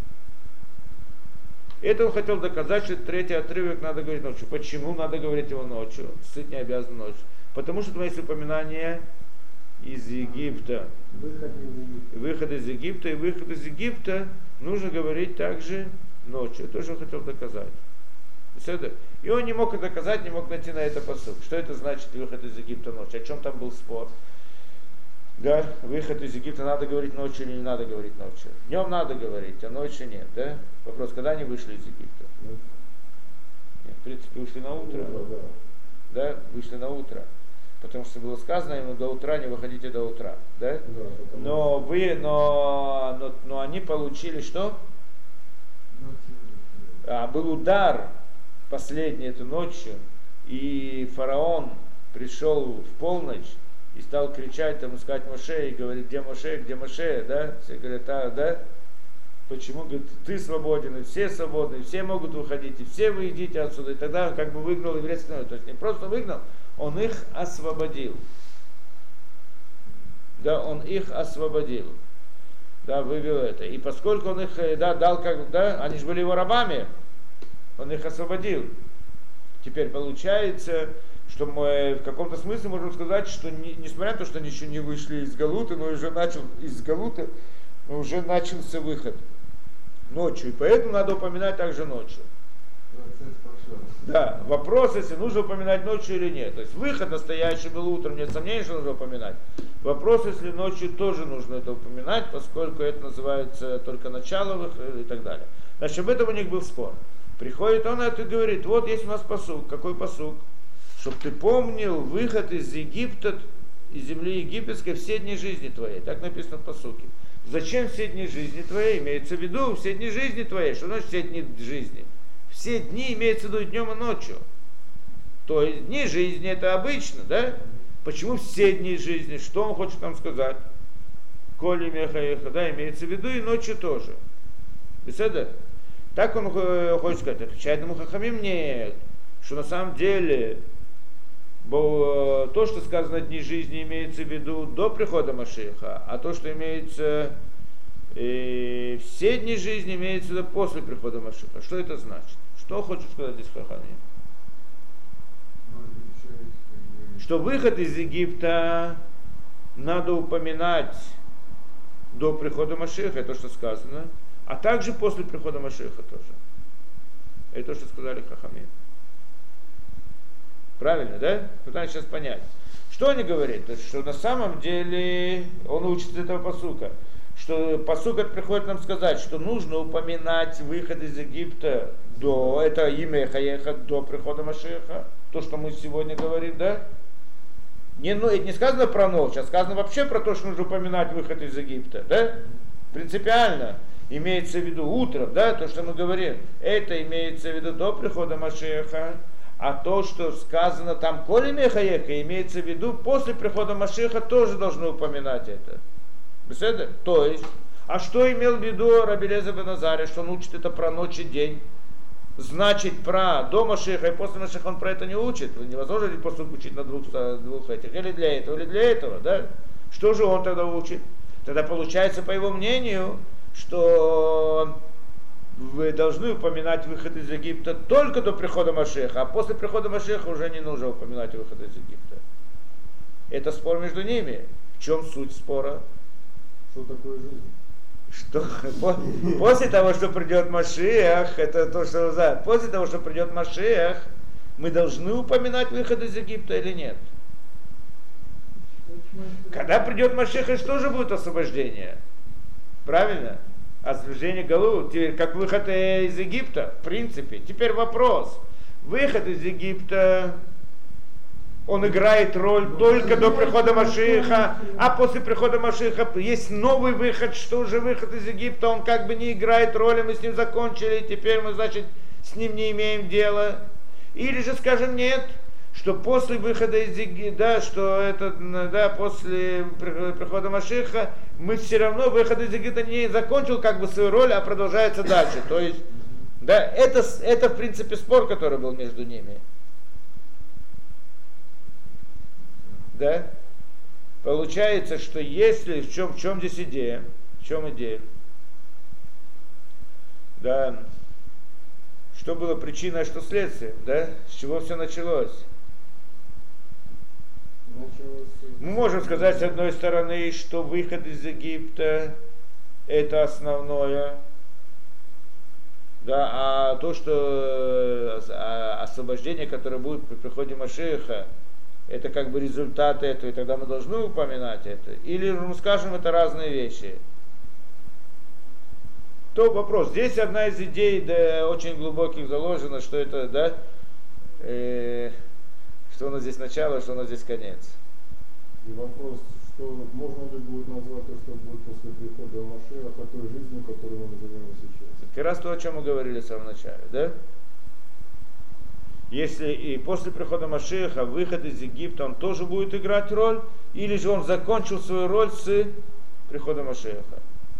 Это он хотел доказать, что третий отрывок надо говорить ночью. Почему надо говорить его ночью? Цицит не обязан ночью. Потому что там есть упоминание из Египта. Выход из Египта. Выход из Египта. И выход из Египта нужно говорить также ночью. Это тоже он хотел доказать. И он не мог это доказать, не мог найти на это посуд. Что это значит выход из Египта ночью? О чем там был спор? Да, выход из Египта надо говорить ночью или не надо говорить ночью? Днем надо говорить, а ночью нет, да? Вопрос, когда они вышли из Египта? Нет, в принципе, вышли на утро. Да, вышли на утро. Потому что было сказано ему до утра не выходите до утра, да? Но вы, но, но, но они получили что? А, был удар последний эту ночью, и фараон пришел в полночь и стал кричать, там, искать Моше, и говорит, где Моше, где Моше, да? Все говорят, а, да? Почему? Говорит, ты свободен, и все свободны, и все могут выходить, и все вы идите отсюда. И тогда как бы выгнал еврейский народ. То есть не просто выгнал, он их освободил. Да, он их освободил. Да, вывел это. И поскольку он их, да, дал как, да, они же были его рабами, он их освободил. Теперь получается, что мы в каком-то смысле можем сказать, что не, несмотря на то, что они еще не вышли из Галута, но уже начал из Галута, уже начался выход ночью. И поэтому надо упоминать также ночью. Да, вопрос, если нужно упоминать ночью или нет. То есть выход настоящий был утром, нет сомнений, что нужно упоминать. Вопрос, если ночью тоже нужно это упоминать, поскольку это называется только начало выхода и так далее. Значит, об этом у них был спор. Приходит он и говорит, вот есть у нас пасук. Какой пасук? Чтоб ты помнил выход из Египта, из земли египетской все дни жизни твоей. Так написано в пасуке. Зачем все дни жизни твоей? Имеется в виду все дни жизни твоей. Что значит все дни жизни? Все дни имеется в виду днем и ночью. То есть дни жизни это обычно, да? Почему все дни жизни? Что он хочет нам сказать? Коли мехаеха, да, имеется в виду и ночью тоже. Беседа? Так он хочет сказать. Отвечает ему Хахамим, нет. Что на самом деле то, что сказано дни жизни, имеется в виду до прихода Машиаха, а то, что имеется и все дни жизни, имеется в виду после прихода Машиаха. Что это значит? Что хочет сказать здесь Хахамим? Что выход из Египта надо упоминать до прихода Машиаха, это то, что сказано, а также после прихода Машиаха тоже. Это то, что сказали Хахамим. Правильно, да? Пытаюсь сейчас понять. Что они говорят? То есть, что на самом деле он учит из этого пасука. Что пасук это приходит нам сказать, что нужно упоминать выход из Египта до, это имя Хаеха, до прихода Машиаха. То, что мы сегодня говорим, да? Не, ну, это не сказано про ночь, а сказано вообще про то, что нужно упоминать выход из Египта, да? Принципиально. Имеется в виду утром, да, то, что мы говорим, это имеется в виду до прихода Машиаха, а то, что сказано там коли мехаеха, имеется в виду после прихода Машиаха тоже должны упоминать это. Беседа? То есть, а что имел в виду Раби Элиэзер бен Азария, что он учит это про ночь и день? Значит, про до Машиаха и после Машиаха он про это не учит. Невозможно ли просто учить на двух, двух этих, или для этого, или для этого, да? Что же он тогда учит? Тогда получается, по его мнению, что вы должны упоминать выход из Египта только до прихода Машиаха, а после прихода Машиаха уже не нужно упоминать выход из Египта. Это спор между ними. В чем суть спора? Что такое жизнь? что по- после того, что придет Машиах, это то, что за, после того, что придет Машиах, мы должны упоминать выход из Египта или нет? Когда придет Машиах, что же будет освобождение? Правильно? Освобождение Галу, теперь как выход из Египта, в принципе. Теперь вопрос. Выход из Египта, он играет роль только до прихода Машиаха, а после прихода Машиаха есть новый выход, что уже выход из Египта, он как бы не играет роли, мы с ним закончили, теперь мы, значит, с ним не имеем дела. Или же скажем нет, что после выхода из Египта, да, что это, да, после прихода Машиаха, мы все равно выход из Египта не закончил как бы свою роль, а продолжается дальше. То есть, да, это, это в принципе спор, который был между ними. Да? Получается, что если, в чем, в чем здесь идея? В чем идея? Да. Что было причиной, а что следствием, да? С чего все началось? Мы можем сказать с одной стороны, что выход из Египта это основное, да, а то, что освобождение, которое будет при приходе Машиаха, это как бы результат этого, и тогда мы должны упоминать это. Или мы скажем, это разные вещи. То вопрос. Здесь одна из идей, да, очень глубоких заложена, что это, да, э, что у нас здесь начало, что у нас здесь конец. И вопрос, что можно ли будет назвать то, что будет после прихода Машиаха, той жизнью, которую мы живем сейчас. Как раз то, о чем мы говорили в самом начале, да? Если и после прихода Машиаха выход из Египта, он тоже будет играть роль, или же он закончил свою роль с приходом Машиаха.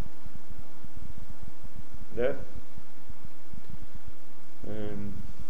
Да? Эм.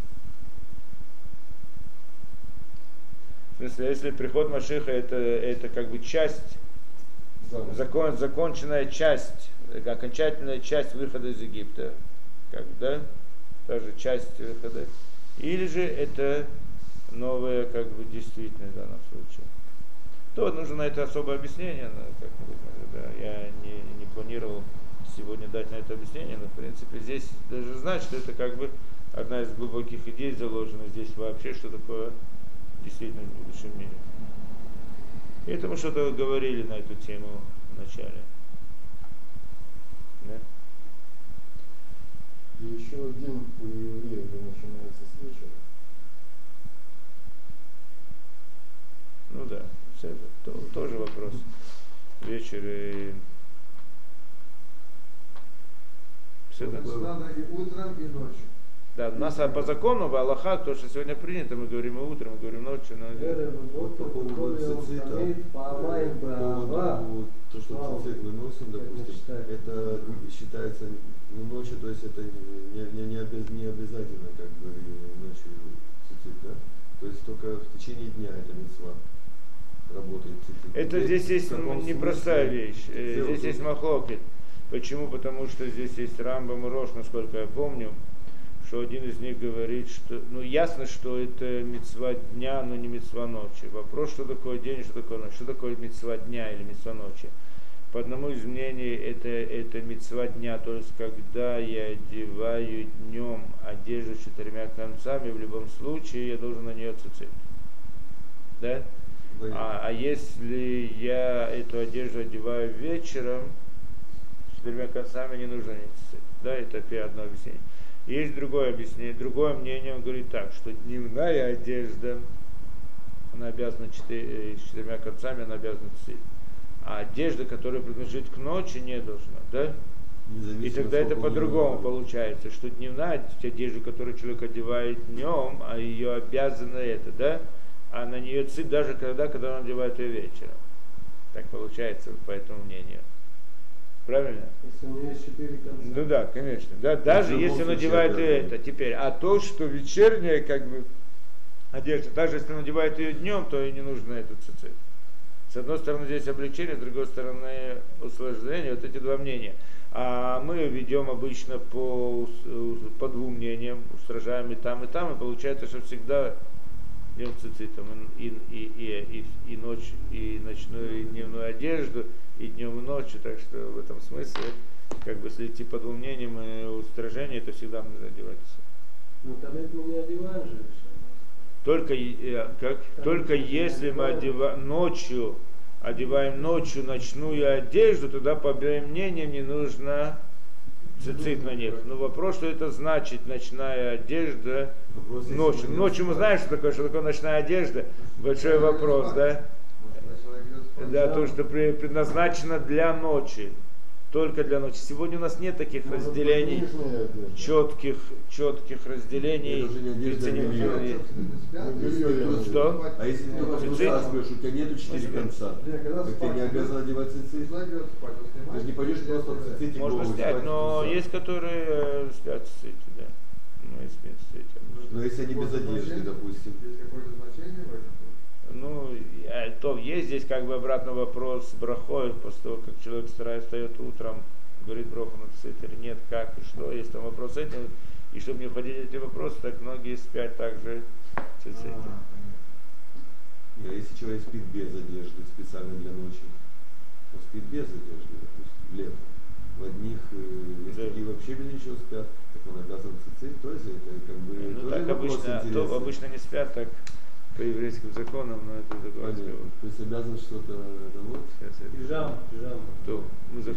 В смысле, если приход Машиаха это, это как бы часть, закон, законченная часть, окончательная часть выхода из Египта, как, да? Та же часть выхода. Или же это новое, как бы, действительно в данном случае. То нужно на это особое объяснение, как-нибудь, да. Я не, не планировал сегодня дать на это объяснение, но в принципе здесь даже знать, что это как бы одна из глубоких идей заложена здесь вообще, что такое действительно в будущем мире. И это мы что-то говорили на эту тему в начале. Да? И еще день у евреев начинается с вечера. Ну да, все это то, тоже вопрос. Вечер и... Все это. Надо и утром, и ночью. Да, у нас по закону, в Аллахах, то, что сегодня принято, мы говорим и утром, мы говорим ночью. Но... Вот по поводу цицита, по поводу то, что цицит мы носим, допустим, это считается ночью, то есть это не, не, не, обяз, не обязательно как бы ночью цицит, да? То есть только в течение дня это мицва работает цицит. Это здесь есть непростая вещь, здесь есть махлокет. Почему? Потому что здесь есть Рамбам и Рош, насколько я помню, что один из них говорит, что, ну ясно, что это мицва дня, но не мицва ночи. Вопрос, что такое день, что такое ночь, что такое мицва дня или мицва ночи. По одному из мнений, это, это мицва дня, то есть когда я одеваю днем одежду с четырьмя концами, в любом случае я должен на нее цицит. Да? А, а если я эту одежду одеваю вечером, с четырьмя концами не нужно цицит. Да, это одно объяснение. Есть другое объяснение, другое мнение, он говорит так, что дневная одежда, она обязана четыре, с четырьмя концами, она обязана цицит. А одежда, которая принадлежит к ночи, не должна, да? И тогда это по-другому получается, что дневная одежда, которую человек одевает днем, а ее обязана это, да? А на нее цит даже когда, когда он одевает ее вечером. Так получается, по этому мнению. Правильно? Если у меня есть четыре конца. Ну да, конечно. Да, даже если он надевает ее это теперь. А то, что вечерняя как бы одежда, даже если он надевает ее днем, то и не нужно эту цицит. С одной стороны здесь облегчение, с другой стороны усложнение. Вот эти два мнения. А мы ведем обычно по, по двум мнениям, устражаем и там, и там, и получается, что всегда днем цицитом и, и, и, и, и ночь, и ночную, и дневную одежду, и днем, и ночью, так что в этом смысле как бы если идти по двум мнениям и устражению, то всегда нужно одеваться. Ну, талит мы не одеваем же. Только, э, как, только если мы одеваем ночью, одеваем ночью ночную одежду, тогда по обеим мнениям не нужно цицит на них. Но вопрос, что это значит ночная одежда Вопрос, если ночью. мы не Ночью мы знаем, что такое, что такое ночная одежда. Большой вопрос, да? Да, то, что при- предназначено для ночи. Только для ночи. Сегодня у нас нет таких Может, разделений, нижняя одежда? четких, четких разделений. Это уже не одежда, а приценивания. белье. Ну, белье я имею в виду. Что? А если ты только Цицит? спрашиваешь, у тебя нету четыре конца, так ты не обязан одевать цицит. Ты же не пойдешь просто в циците Можно голый снять, спать в но трусах. есть, которые э, спят в циците, да. Ну, и спят в циците. Но если они без одежды, допустим. Есть какое-то значение в этом? Ну, э, то есть здесь как бы обратный вопрос с брахой, после того, как человек старается, встает утром, говорит браху на цицит или нет, как и что, есть там вопрос с этим. И чтобы не уходить в эти вопросы, так многие спят также в циците. А если человек спит без одежды специально для ночи, он спит без одежды, допустим, летом. В одних, э, есть Да. такие вообще без ничего спят, так он обязан цицит, то есть это как бы Ну тоже так вопрос обычно, то интересный. обычно не спят так по еврейским законам, но это такое. Понятно. То есть обязан что-то, это вот. Сейчас это- Пижама, пижама. То мы